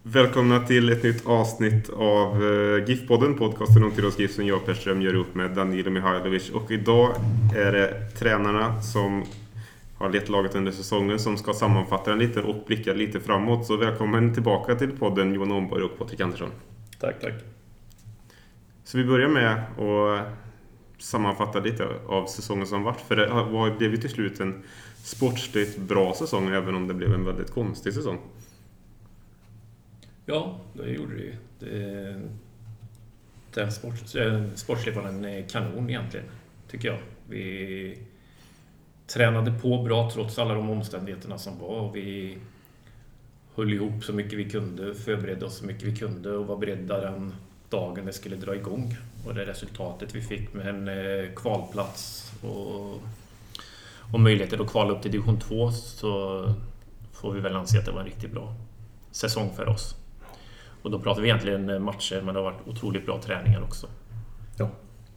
Välkomna till ett nytt avsnitt av GIF-podden, podcasten om Tyros GIF som jag och Per Ström gör upp med Danilo Mihailovic. Och idag är det tränarna som har lett laget under säsongen som ska sammanfatta den lite och blicka lite framåt. Så välkommen tillbaka till podden Johan Omborg och Patrik Andersson. Tack. Så vi börjar med att sammanfatta lite av säsongen som varit. För det blev ju till slut en sportsligt bra säsong även om det blev en väldigt konstig säsong. Ja, det gjorde det ju. Den sportsligt var en kanon egentligen, tycker jag. Vi tränade på bra trots alla de omständigheterna som var. Vi höll ihop så mycket vi kunde, förberedde oss så mycket vi kunde och var beredda den dagen det skulle dra igång. Och det resultatet vi fick med en kvalplats och möjligheter att kvala upp till division 2, så får vi väl anse att det var en riktigt bra säsong för oss. Och då pratar vi egentligen matcher, men det har varit otroligt bra träningar också. Ja.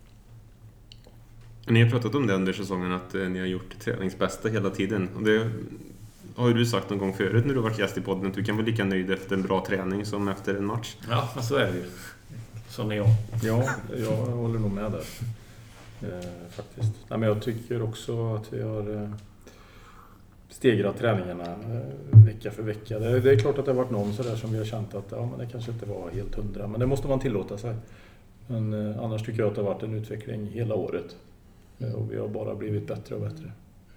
Ni har pratat om det under säsongen, att ni har gjort träningsbästa hela tiden. Och det har ju du sagt någon gång förut när du har varit gäst i podden, att du kan vara lika nöjd efter en bra träning som efter en match. Ja, men så är det ju. Sån är jag. Ja, jag håller nog med där. Faktiskt. Nej, men jag tycker också att vi har stegrat träningarna vecka för vecka. Det är klart att det har varit någon sådär som vi har känt att men det kanske inte var helt 100. Men det måste man tillåta sig. Men annars tycker jag att det har varit en utveckling hela året. Och vi har bara blivit bättre och bättre.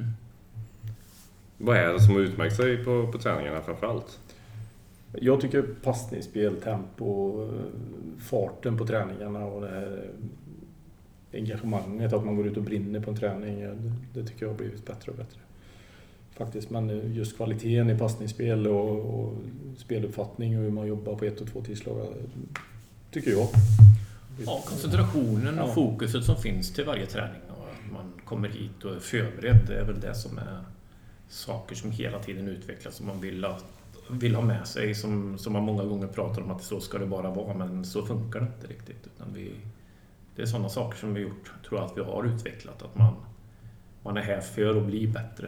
Vad är det som har utmärkt sig på träningarna framförallt? Jag tycker passningsspel, tempo, farten på träningarna och det här engagemanget, att man går ut och brinner på en träning, det tycker jag har blivit bättre och bättre. Faktiskt, men just kvaliteten i passningsspel och speluppfattning och hur man jobbar på 1 och 2 tidslag, tycker jag. Ja, koncentrationen och fokuset som finns till varje träning och att man kommer hit och är förberedd, det är väl det som är saker som hela tiden utvecklas och man vill ha med sig, som man många gånger pratar om att så ska det bara vara, men så funkar det inte riktigt. Utan det är sådana saker som vi gjort, tror jag att vi har utvecklat, att man är här för att bli bättre.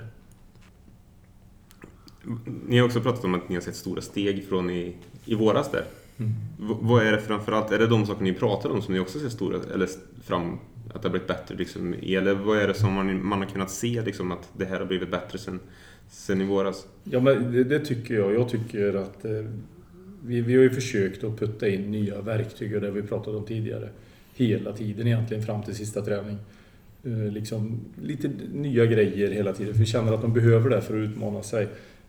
Ni har också pratat om att ni har sett stora steg från i våras där. Vad är det framförallt? Är det de saker ni pratar om som ni också ser stora, eller att det har blivit bättre liksom, eller vad är det som man har kunnat se liksom, att det här har blivit bättre sen i våras? Ja, men det tycker jag. Jag tycker att vi har ju försökt att putta in nya verktyg och det vi pratat om tidigare. Hela tiden egentligen fram till sista träning. Liksom lite nya grejer hela tiden. För vi känner att de behöver det för att utmana sig.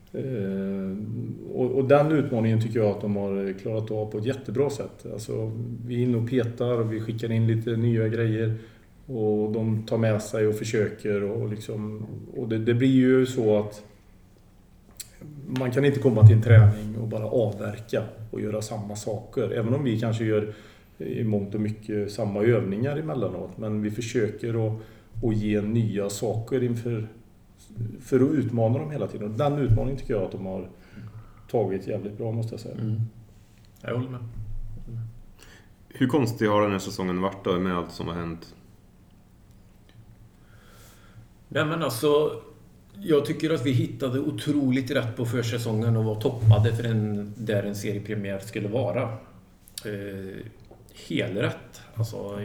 Och den utmaningen tycker jag att de har klarat av på ett jättebra sätt. Alltså, vi är inne och petar och vi skickar in lite nya grejer. Och de tar med sig och försöker. Och det blir ju så att man kan inte komma till en träning och bara avverka och göra samma saker. Även om vi kanske gör i mångt och mycket samma övningar emellanåt. Men vi försöker att ge nya saker för att utmana dem hela tiden. Och den utmaningen tycker jag att de har tagit jävligt bra, måste jag säga. Jag håller med. Hur konstig har den här säsongen varit då, med allt som har hänt? Nej, men alltså, jag tycker att vi hittade otroligt rätt på försäsongen och var toppade för där en seriepremiär skulle vara. Helrätt, alltså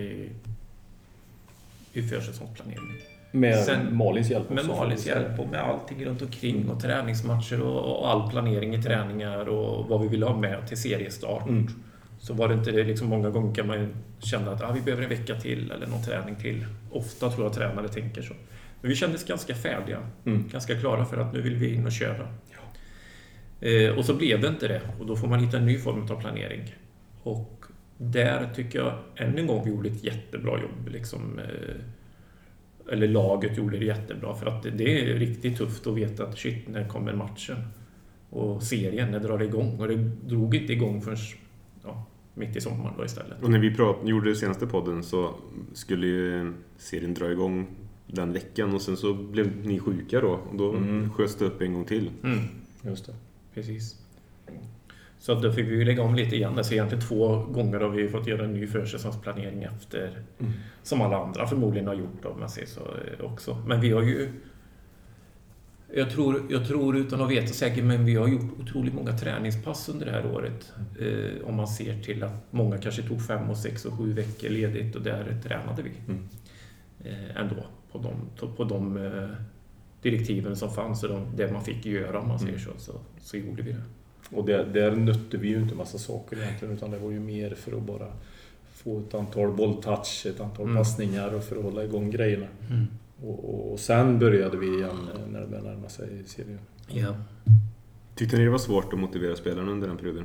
i försäsongsplaneringen. Med Malins hjälp. Med Malins hjälp och med allting runt omkring och träningsmatcher och all planering i träningar och vad vi vill ha med till seriestart. Så var det inte det, liksom många gånger kan man känna att vi behöver en vecka till eller någon träning till. Ofta tror jag tränare tänker så. Men vi kändes ganska färdiga, ganska klara för att nu vill vi in och köra. Och så blev det inte det. Och då får man hitta en ny form av planering. Och där tycker jag än en gång vi gjorde ett jättebra jobb. Liksom, eller laget gjorde det jättebra. För att det är riktigt tufft att veta att shit, när kommer matchen? Och serien, när drar det igång? Och det drog inte igång förrän mitt i sommaren då istället. Och när vi gjorde det senaste podden så skulle ju serien dra igång den veckan och sen så blev ni sjuka då och då sköts det upp en gång till. Just det. Precis. Så då fick vi lägga om lite igen. Så egentligen 2 gånger har vi fått göra en ny försäsongsplanering efter som alla andra förmodligen har gjort om man säger så också. Men vi har ju Jag tror utan att veta säkert, men vi har gjort otroligt många träningspass under det här året. Om man ser till att många kanske tog 5, 6 och 7 veckor ledigt och där tränade vi. Ändå på de direktiven som fanns och det man fick göra, om man säger så gjorde vi det. Och där nötte vi ju inte massa saker egentligen, utan det var ju mer för att bara få ett antal bolltouch, ett antal passningar och för att hålla igång grejerna. Och sen började vi igen när det började närma sig serien. Ja. Tyckte ni det var svårt att motivera spelarna under den perioden?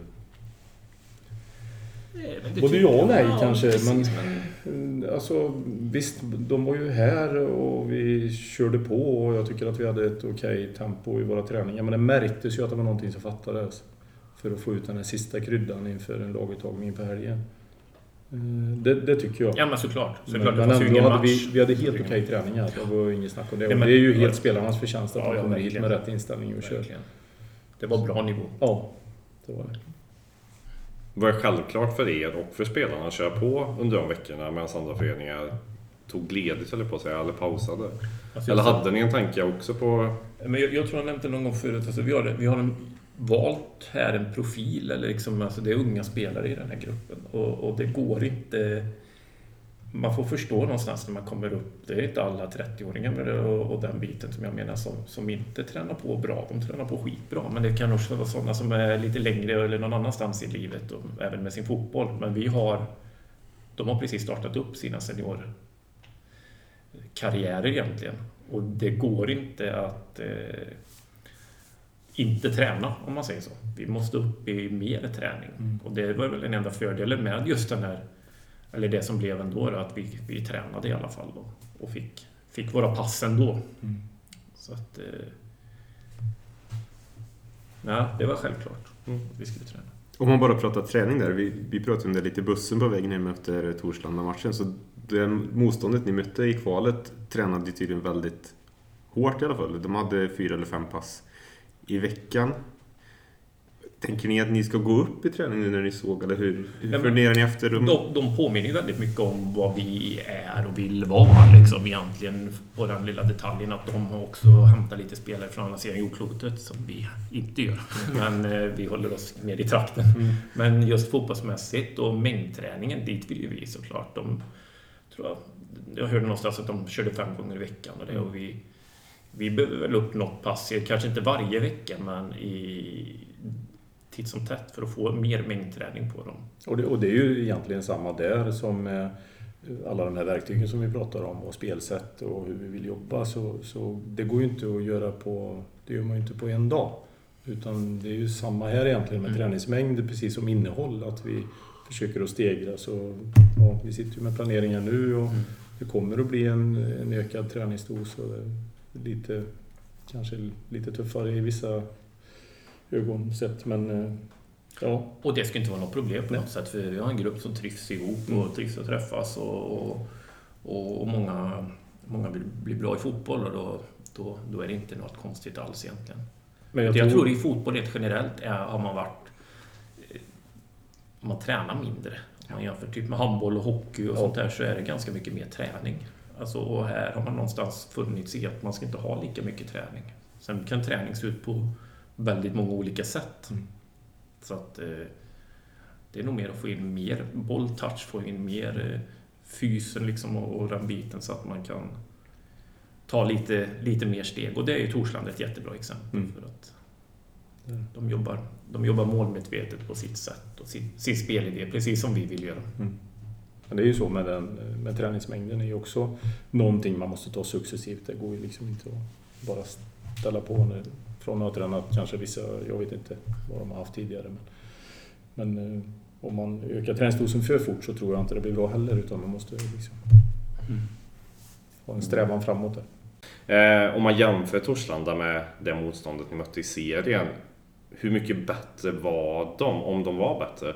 Både ja och nej kanske, precis, men alltså, visst, de var ju här och vi körde på och jag tycker att vi hade ett okej tempo i våra träningar, men det märktes ju att det var någonting som fattades för att få ut den här sista kryddan inför en laguttagning på helgen. Det tycker jag. Ja, men såklart. Men ändå hade vi hade helt okej träningar. Det var inget snack om det. Och det är ju helt spelarnas förtjänst att de kommer hit med rätt inställning och kör. Det var bra nivå. Ja, det var det. Var det självklart för er och för spelarna att köra på under de veckorna medan andra föreningar tog ledigt eller på sig eller pausade? Alltså, eller hade ni en tanke också på... Men jag tror jag nämnde någon gång förut, alltså vi har valt här en profil, eller liksom, alltså det är unga spelare i den här gruppen och det går inte, man får förstå någonstans när man kommer upp, det är inte alla 30-åringar och den biten som jag menar som inte tränar på bra, de tränar på skitbra, men det kan också vara sådana som är lite längre eller någon annanstans i livet och även med sin fotboll, men de har precis startat upp sina seniorkarriärer egentligen, och det går inte att inte träna, om man säger så. Vi måste upp i mer träning. Och det var väl den enda fördelen med just den här, eller det som blev ändå då, att vi tränade i alla fall då, och fick våra pass ändå. Så att det var självklart att vi skulle träna. Om man bara pratar träning där, vi pratade om det lite i bussen på vägen hem efter Torslanda-matchen, så det motståndet ni mötte i kvalet tränade tydligen väldigt hårt i alla fall. De hade 4 eller 5 pass i veckan. Tänker ni att ni ska gå upp i träning nu när ni såg, eller hur funderar ni efter dem? De påminner ju väldigt mycket om vad vi är och vill vara liksom, egentligen, på den lilla detaljen att de också hämtar lite spelare från andra sidan jordklotet som vi inte gör. Men vi håller oss mer i trakten. Men just fotbollsmässigt och mängdträningen, dit vill ju vi såklart. Jag hörde någonstans att de körde 5 gånger i veckan och det, och vi behöver väl upp något pass, kanske inte varje vecka, men titt som tätt för att få mer mängdträning på dem. Och det är ju egentligen samma där som alla de här verktygen som vi pratar om och spelsätt och hur vi vill jobba, så det går ju inte att göra det gör man ju inte på en dag, utan det är ju samma här egentligen med träningsmängd precis som innehåll, att vi försöker att stegra. Så vi sitter ju med planeringen nu och det kommer att bli en ökad träningsdos och kanske lite tuffare i vissa ögonsätt, men ja. Och det ska inte vara något problem på något sätt, för vi har en grupp som trivs ihop och trivs att träffas och många vill bli bra i fotboll, och då är det inte något konstigt alls egentligen. Men jag tror i fotboll rent generellt har man tränar mindre. Om man jämför typ med handboll och hockey och sånt där, så är det ganska mycket mer träning. Alltså, och här har man någonstans funnits i att man ska inte ha lika mycket träning. Sen kan träning se ut på väldigt många olika sätt. Så att det är nog mer att få in mer bolltouch, få in mer fysen liksom, och den biten, så att man kan ta lite mer steg. Och det är ju Torslanda ett jättebra exempel för att de jobbar målmedvetet på sitt sätt och sin spelidé, precis som vi vill göra. Men det är ju så med träningsmängden, är ju också någonting man måste ta successivt. Det går ju liksom inte att bara ställa på från att ha tränat kanske vissa, jag vet inte vad de har haft tidigare, men om man ökar träningsdosen för fort så tror jag inte det blir bra heller, utan man måste liksom ha en strävan framåt där. Om man jämför Torslanda med det motståndet ni mötte i serien, hur mycket bättre var de, om de var bättre?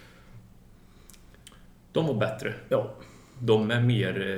De var bättre, ja. De är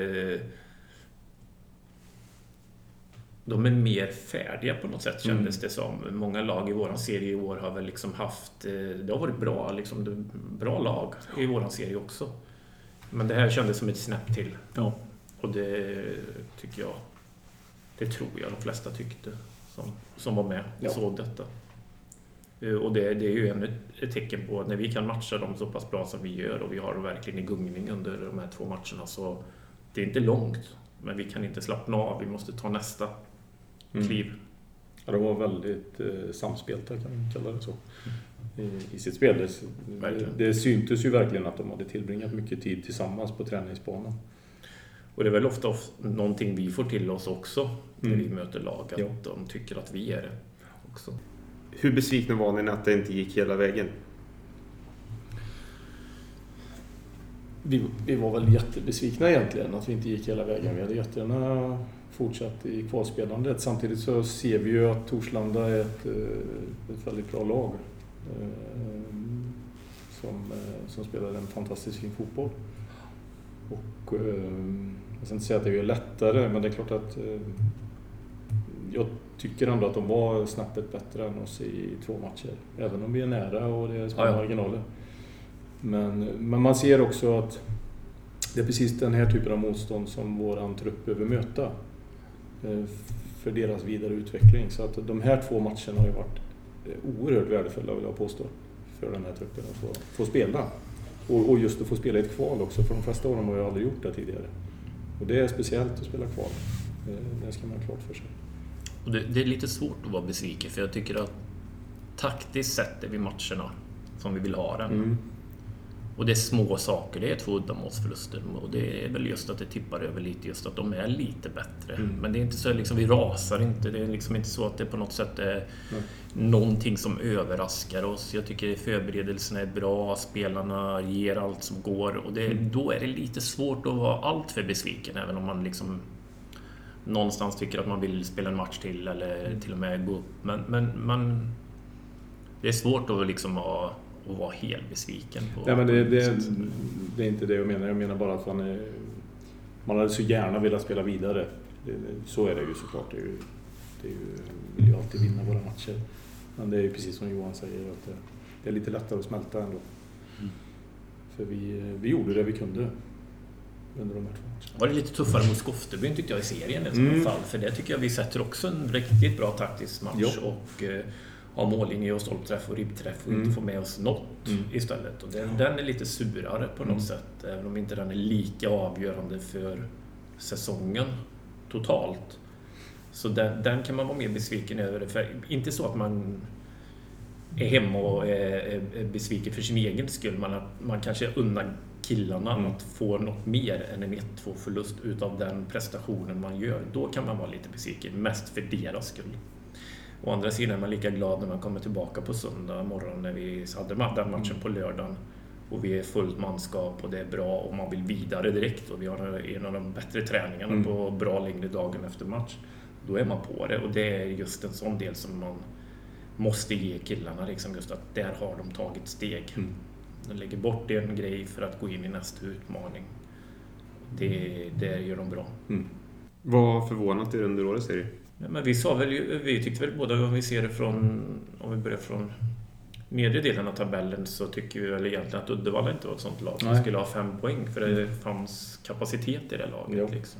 mer färdiga på något sätt, kändes det som. Många lag i våran serie i år har väl liksom haft, det har varit bra, liksom, bra lag i våran serie också. Men det här kändes som ett snäpp till. Ja. Och det tycker jag, det tror jag de flesta tyckte. som var med och såg detta. Och det är ju ett tecken på att när vi kan matcha dem så pass bra som vi gör och vi har verkligen i gungning under de här 2 matcherna, så det är inte långt, men vi kan inte slappna av, vi måste ta nästa kliv. Ja, det var väldigt samspelta, kan man kalla det så, i sitt spel. Det syntes ju verkligen att de hade tillbringat mycket tid tillsammans på träningsbanan. Och det är väl ofta någonting vi får till oss också när vi möter lag, att de tycker att vi är det också. Hur besvikna var ni att det inte gick hela vägen? Vi var väl jättebesvikna egentligen att vi inte gick hela vägen. Vi hade jättegärna fortsatt i kvalspelandet. Samtidigt så ser vi ju att Torslanda är ett väldigt bra lag som spelar en fantastiskt fin fotboll. Och jag ska inte säga att det är lättare, men det är klart att jag tycker ändå att de var snäppet bättre än oss i 2 matcher. Även om vi är nära och det är små marginaler. Men man ser också att det är precis den här typen av motstånd som våran trupp behöver möta för deras vidare utveckling. Så att de här 2 matcherna har ju varit oerhört värdefulla, vill jag påstå, för den här truppen att få spela. Och just att få spela i ett kval också, för de flesta av dem har ju aldrig gjort det tidigare. Och det är speciellt att spela kval. Det ska man ha klart för sig. Och det är lite svårt att vara besviken, för jag tycker att taktiskt sett är vi matcherna som vi vill ha den. Och det är små saker, det är 2 uddamålsförluster, och det är väl just att det tippar över lite, just att de är lite bättre. Men det är inte så liksom, vi rasar inte, det är liksom inte så att det på något sätt är någonting som överraskar oss. Jag tycker förberedelserna är bra, spelarna ger allt som går, och då är det lite svårt att vara allt för besviken, även om man liksom någonstans tycker att man vill spela en match till eller till och med gå upp. Men det är svårt att liksom vara helt besviken på. Nej, men det är inte det jag menar. Jag menar bara att man hade så gärna velat spela vidare. Så är det ju såklart. Vi vill ju alltid vinna våra matcher. Men det är ju precis som Johan säger, att det är lite lättare att smälta ändå. För vi gjorde det vi kunde under de här 2 matcherna. Var det lite tuffare mot Skoftebyn tyckte jag i serien i alla fall. För det tycker jag vi sätter också en riktigt bra taktisk match. Och ha mållinje och stolpträff och ribbträff och inte få med oss något istället. Och den är lite surare på något sätt, även om inte den är lika avgörande för säsongen totalt. Så den kan man vara mer besviken över. För inte så att man är hemma och är besviken för sin egen skull, men att man kanske unnar killarna att få något mer än en 1-2 förlust utav den prestationen man gör. Då kan man vara lite besviken, mest för deras skull. Å andra sidan är man lika glad när man kommer tillbaka på söndag morgon, när vi hade den matchen på lördagen och vi är fullt manskap och det är bra och man vill vidare direkt och vi har en av de bättre träningarna på bra längre dagen efter match. Då är man på det, och det är just en sån del som man måste ge killarna, liksom, just att där har de tagit steg. De lägger bort en grej för att gå in i nästa utmaning. Det gör de bra. Vad förvånat er under årets serie? Ja, men vi tyckte väl båda, om vi ser det om vi börjar från nedre delen av tabellen, så tycker vi väl egentligen att Uddevalla inte var ett sånt lag som skulle ha 5 poäng, för det fanns kapacitet i det laget. Liksom.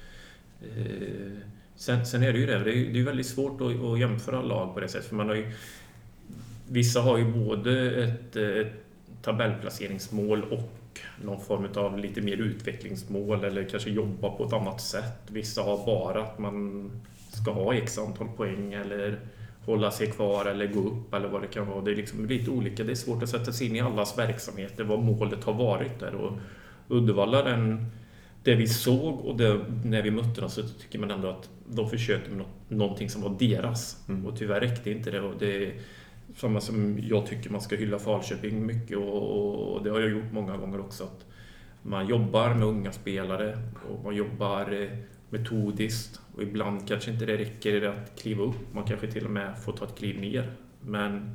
Sen är det ju det är ju väldigt svårt att jämföra lag på det sättet, för vissa har ju både ett tabellplaceringsmål och någon form av lite mer utvecklingsmål, eller kanske jobba på ett annat sätt. Vissa har bara att man ska ha x antal poäng eller hålla sig kvar eller gå upp eller vad det kan vara. Det är liksom lite olika. Det är svårt att sätta sig in i allas verksamheter vad målet har varit där. Och Uddevalla, det vi såg och när vi mötte dem, så tycker man ändå att de försökte med någonting som var deras. Och tyvärr räckte inte det. Och det är samma som jag tycker man ska hylla Falköping mycket, och det har jag gjort många gånger också. Att man jobbar med unga spelare och man jobbar metodiskt, och ibland kanske inte det räcker att kliva upp. Man kanske till och med får ta ett kliv ner. Men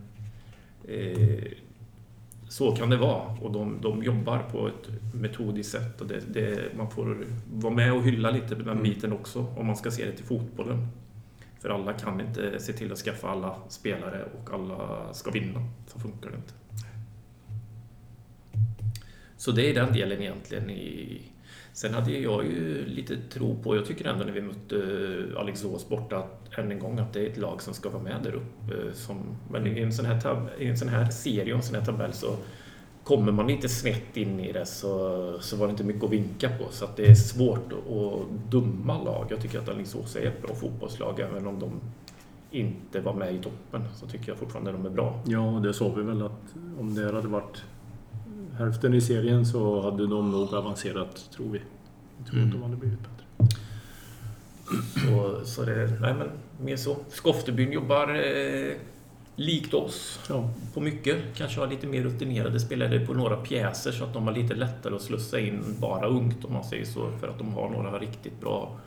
så kan det vara, och de jobbar på ett metodiskt sätt, och man får vara med och hylla lite den biten också, om man ska se det till fotbollen. För alla kan inte se till att skaffa alla spelare och alla ska vinna. Så funkar det inte. Så det är den delen egentligen. Sen hade jag ju lite tro på, jag tycker ändå när vi mötte Alingsås borta att än en gång att det är ett lag som ska vara med där uppe. Men i en sån här serie och en sån här tabell så kommer man inte snett in i det så var det inte mycket att vinka på. Så att det är svårt att döma lag. Jag tycker att Alingsås är ett bra fotbollslag även om de inte var med i toppen så tycker jag fortfarande att de är bra. Ja, det sa vi väl att om det hade varit hälften i serien så hade de nog avancerat, tror vi. Jag tror att de hade blivit bättre. Så det, nej men mer så. Skoftebyn jobbar likt oss på mycket. Kanske har lite mer rutinerade spelare på några pjäser så att de har lite lättare att slussa in bara ungt om man säger så. För att de har några riktigt bra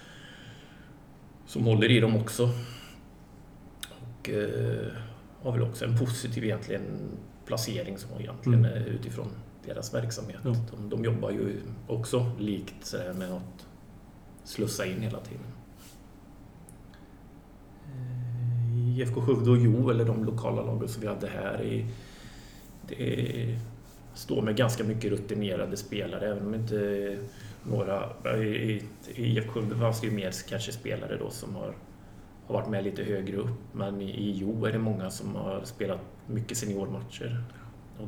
som håller i dem också. Och har väl också en positiv egentligen placering som egentligen är utifrån deras verksamhet. Ja. De jobbar ju också likt med att slussa in hela tiden. IFK Skövde och Jo, eller de lokala lagen som vi hade här, det står med ganska mycket rutinerade spelare, även om inte några i IFK Skövde fanns det ju mer kanske spelare då som har varit med lite högre upp, men i Jo är det många som har spelat mycket seniormatcher och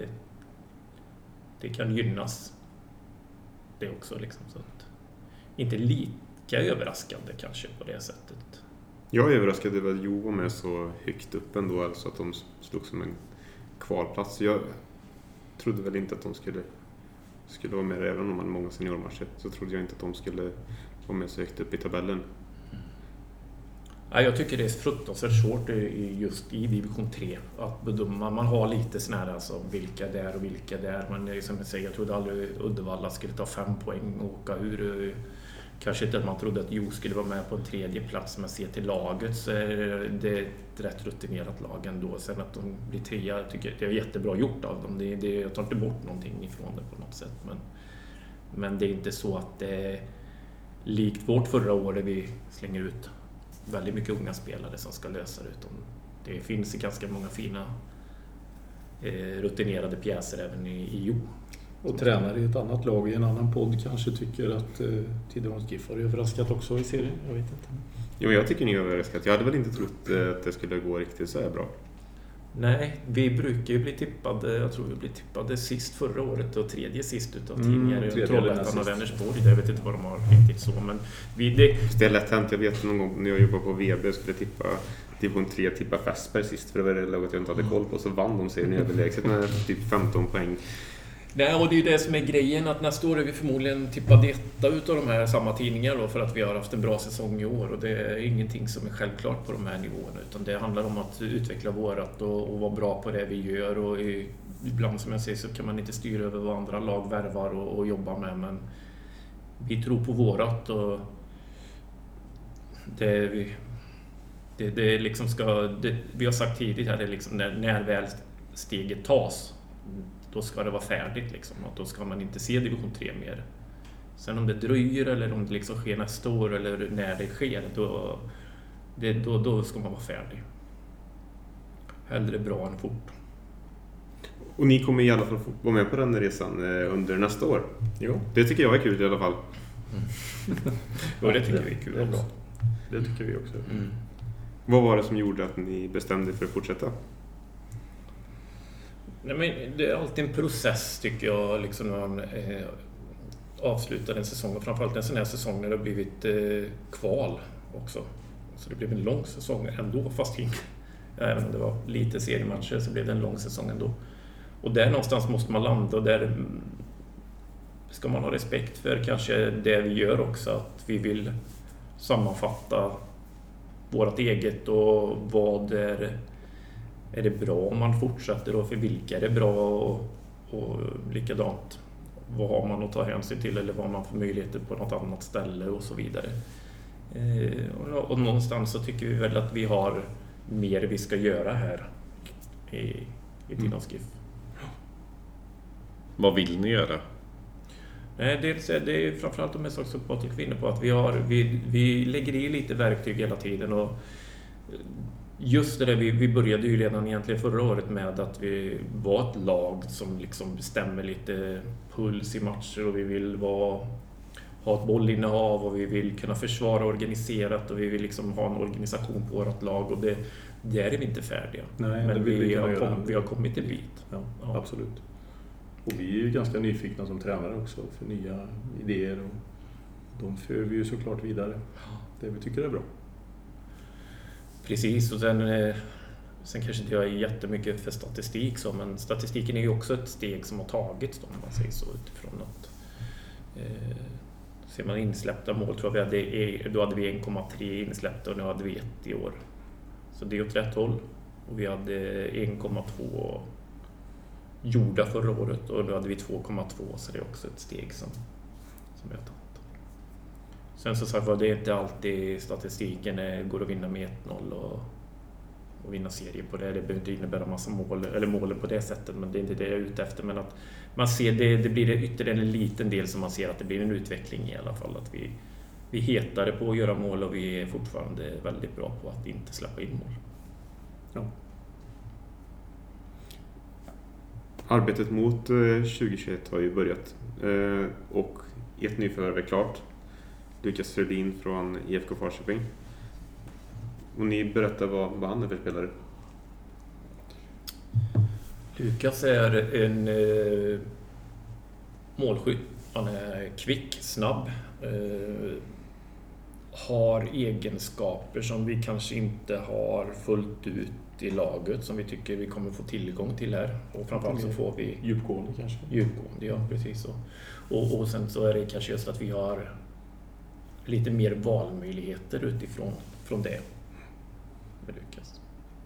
det kan gynnas det också liksom, så att inte lika överraskande kanske på det sättet. Jag är överraskad över att Jo var med så högt upp ändå, alltså att de slog som en kvalplats. Jag trodde väl inte att de skulle vara med, även om de hade många seniormatcher, så trodde jag inte att de skulle vara med så högt upp i tabellen. Ja, jag tycker det är fruktansvärt svårt just i division 3 att bedöma. Man har lite sån här alltså, vilka det är och vilka det är. Men som jag säger, jag trodde aldrig Uddevalla skulle ta 5 poäng och åka ur. Kanske inte att man trodde att Jo skulle vara med på en 3:e plats, men ser till laget så är det ett rätt rutinerat lag ändå. Sen att de blir 3, tycker jag det är jättebra gjort av dem. Jag tar inte bort någonting ifrån det på något sätt. Men det är inte så att det är likt vårt förra året vi slänger ut väldigt mycket unga spelare som ska lösa det. Utan det finns ganska många fina rutinerade pjäser även i Jo. Och tränare i ett annat lag i en annan podd kanske tycker att Tidaholms GIF har överraskat också i serien. Jag vet inte. Jo, jag tycker ni har överraskat. Jag hade väl inte trott att det skulle gå riktigt så här bra. Nej, vi brukar ju bli tippade. Jag tror vi blev tippade sist förra året och 3:e sist utav tidigare. Trollhättan och Vänersborg. Jag vet inte vad de har riktigt så. Men det är lätt hänt. Jag vet någon gång när jag jobbade på VB skulle tippa division 3, tippa Fässberg sist. För det var det laget jag inte hade koll på. Så vann de serien överlägset med typ 15 poäng. Nej, och det är ju det som är grejen, att nästa år är vi förmodligen tippade etta utav de här samma tidningar då, för att vi har haft en bra säsong i år, och det är ingenting som är självklart på de här nivåerna, utan det handlar om att utveckla vårat och vara bra på det vi gör, och ibland som jag säger så kan man inte styra över vad andra lag värvar och jobbar med, men vi tror på vårat, och det liksom vi har sagt tidigt här, det är liksom när väl steget tas, då ska det vara färdigt liksom, och då ska man inte se division 3 mer. Sen om det dröjer eller om det liksom sker nästa år eller när det sker, då ska man vara färdig. Hellre bra än fort. Och ni kommer i alla fall vara med på den resan under nästa år. Jo. Det tycker jag är kul i alla fall. Ja, det tycker vi är kul. Det är bra. Det tycker vi också. Vad var det som gjorde att ni bestämde er för att fortsätta? Nej, men det är alltid en process tycker jag, liksom, när man avslutar en säsong, och framförallt en sån här säsong när det har blivit kval också. Så det blev en lång säsong ändå, fast även om det var lite seriematcher så blev det en lång säsong ändå. Och där någonstans måste man landa, och där ska man ha respekt för kanske det vi gör också, att vi vill sammanfatta vårt eget och vad är det bra om man fortsätter, och för vilka är det bra, och likadant vad har man att ta hänsyn till, eller vad man får möjligheter på något annat ställe och så vidare. Och någonstans så tycker vi väl att vi har mer vi ska göra här i Tidaholms GIF. Vad vill ni göra? Nej, det är framförallt de här saker som Patrik var inne på, att vi lägger i lite verktyg hela tiden, och Just det där, vi började ju redan egentligen förra året med att vi var ett lag som liksom bestämmer lite puls i matcher och vi vill ha ett bollinnehav och vi vill kunna försvara organiserat och vi vill liksom ha en organisation på vårt lag och där är vi inte färdiga. Nej, men vi har kommit en bit. Ja. Absolut. Och vi är ju ganska nyfikna som tränare också för nya idéer och de för vi ju såklart vidare. Det vi tycker är bra. Precis, och sen kanske inte jag är jättemycket för statistik så, men statistiken är ju också ett steg som har tagits då, om man säger så, utifrån att ser man insläppta mål tror jag då hade vi 1,3 insläppta och nu hade vi 1 i år. Så det är åt rätt håll. Och vi hade 1,2 gjorda förra året och nu hade vi 2,2 så det är också ett steg som vi har tagit. Sen så sagt var det inte alltid statistiken går att vinna med 1-0 och vinna serier på det. Det behöver inte innebära massa mål eller mål på det sättet, men det är inte det jag är ute efter. Men att man ser det blir ytterligare en liten del som man ser att det blir en utveckling i alla fall. Att vi hetare på att göra mål och vi är fortfarande väldigt bra på att inte släppa in mål. Ja. Arbetet mot 2021 har ju börjat och ett nyförvärv är klart. Lukas Fredin från IFK Falköping. Och ni berättar vad han är för spelare. Lukas är en målskytt. Han är kvick, snabb. Har egenskaper som vi kanske inte har fullt ut i laget som vi tycker vi kommer få tillgång till här. Och framförallt så får vi djupgående kanske. Djupgående, ja precis så. Och sen så är det kanske just att vi har lite mer valmöjligheter utifrån det med Lukas.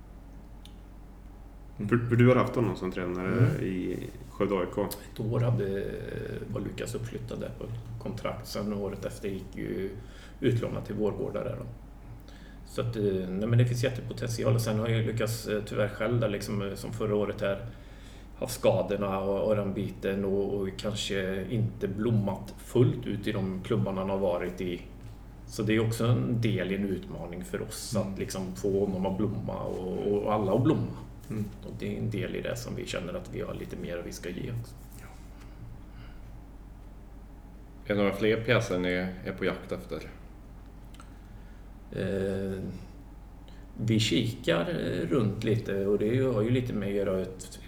För du har haft honom som tränare i Skövde AIK. Ett år var Lukas uppflyttad där på kontrakt. Sen året efter gick ju utlånat till Vårgårda där då. Så att, nej, men det finns jättepotential. Och sen har ju Lukas tyvärr själv där liksom, som förra året här haft skadorna och den biten och kanske inte blommat fullt ut i de klubbarna han har varit i. Så det är också en del i en utmaning för oss att liksom få honom att blomma och alla att blomma. Och det är en del i det som vi känner att vi har lite mer vi ska ge också. Är det några fler pjäser ni är på jakt efter? Vi kikar runt lite och det har ju lite med att göra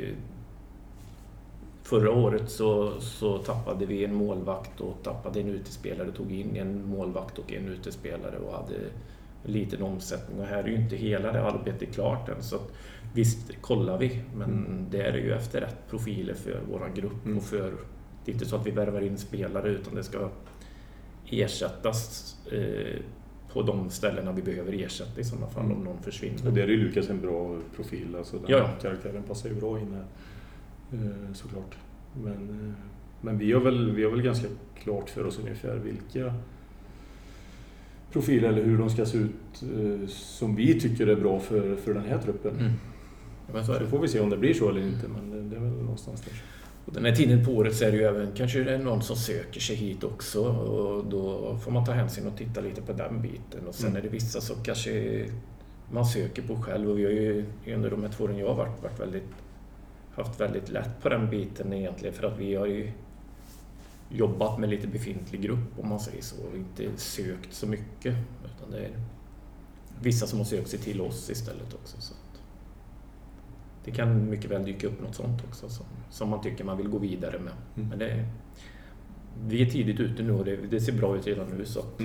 förra året så tappade vi en målvakt och tappade en utespelare, tog in en målvakt och en utespelare och hade en liten omsättning. Och här är ju inte hela det arbetet klart än, så att visst kollar vi, men det är ju efter rätt profiler för våran grupp och för det är inte så att vi värvar in spelare utan det ska ersättas på de ställena vi behöver ersätta i sådana fall om någon försvinner. Och där är Lukas en bra profil, alltså den karaktären passar ju bra in här såklart. Men vi har väl ganska klart för oss ungefär vilka profiler eller hur de ska se ut som vi tycker är bra för den här truppen. Så får vi se om det blir så eller inte, men det är väl någonstans där. Och den här tiden på året så är det ju även kanske det är någon som söker sig hit också och då får man ta hänsyn och titta lite på den biten. Och sen är det vissa som kanske man söker på själv och vi har ju under de här 2 åren jag har haft väldigt lätt på den biten egentligen för att vi har ju jobbat med lite befintlig grupp om man säger så och inte sökt så mycket utan det är vissa som har sökt sig till oss istället också. Så att det kan mycket väl dyka upp något sånt också som man tycker man vill gå vidare med. Men vi är tidigt ute nu och det ser bra ut redan nu. Så att.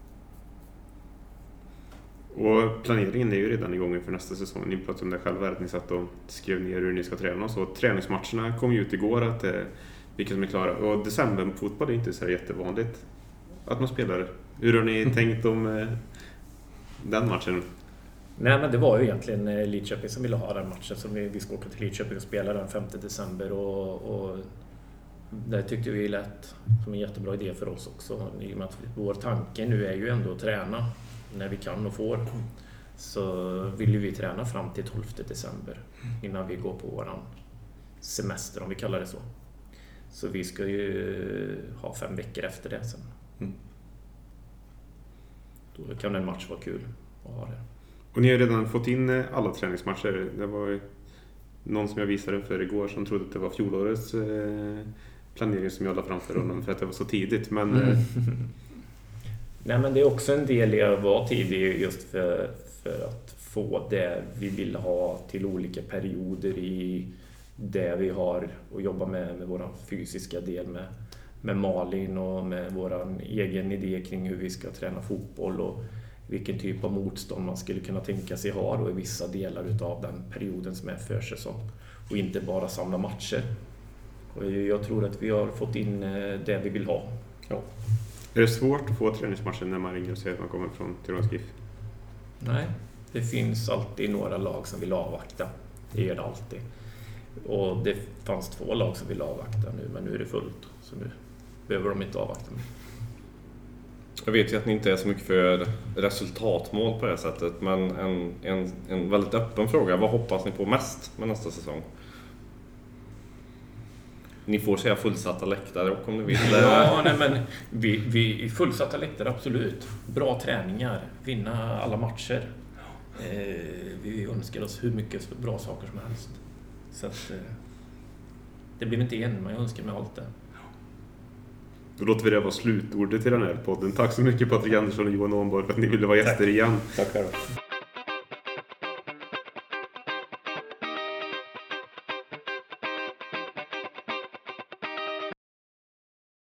Och planeringen är ju redan igång för nästa säsong. Ni pratade om det själva, att ni satt och skrev ner hur ni ska träna och så. Träningsmatcherna kom ju ut igår, att vilka som är klara. Och decemberfotboll är inte så jättevanligt att man spelar. Hur har ni tänkt om den matchen? Nej, men det var ju egentligen Lidköping som ville ha den matchen som vi ska åka till Lidköping och spela den 5 december och det tyckte vi lät som en jättebra idé för oss också. I och med att vår tanke nu är ju ändå att träna när vi kan och får. Så vill vi träna fram till 12 december innan vi går på våran semester om vi kallar det så. Så vi ska ju ha 5 veckor efter det sen. Då kan en match vara kul att ha det. Och ni har redan fått in alla träningsmatcher. Det var ju någon som jag visade för igår som trodde att det var fjolårets planering som jag la framför honom för att det var så tidigt. Men, Nej, men det är också en del i att vara tidig just för att få det vi vill ha till olika perioder i det vi har att jobba med vår fysiska del med Malin och med vår egen idé kring hur vi ska träna fotboll och vilken typ av motstånd man skulle kunna tänka sig ha då i vissa delar utav den perioden som är försäsong och inte bara samla matcher. Och jag tror att vi har fått in det vi vill ha. Ja. Är det svårt att få träningsmatcher när man ringer och säger att man kommer från Tidaholms GIF? Nej, det finns alltid några lag som vill avvakta. Det är det alltid. Och det fanns 2 lag som vill avvakta nu, men nu är det fullt. Så nu behöver de inte avvakta mer. Jag vet ju att ni inte är så mycket för resultatmål på det sättet, men en väldigt öppen fråga. Vad hoppas ni på mest med nästa säsong? Ni får säga fullsatta läktare och om ni vill. Ja, nej, men vi fullsatta läktare, absolut. Bra träningar, vinna alla matcher. Vi önskar oss hur mycket bra saker som helst. Så att det blir inte en, men jag önskar mig allt det. Då låter vi det vara slutordet till den här podden. Tack så mycket Patrik Andersson och Johan Ånborg för att ni ville vara gäster igen. Tack själv.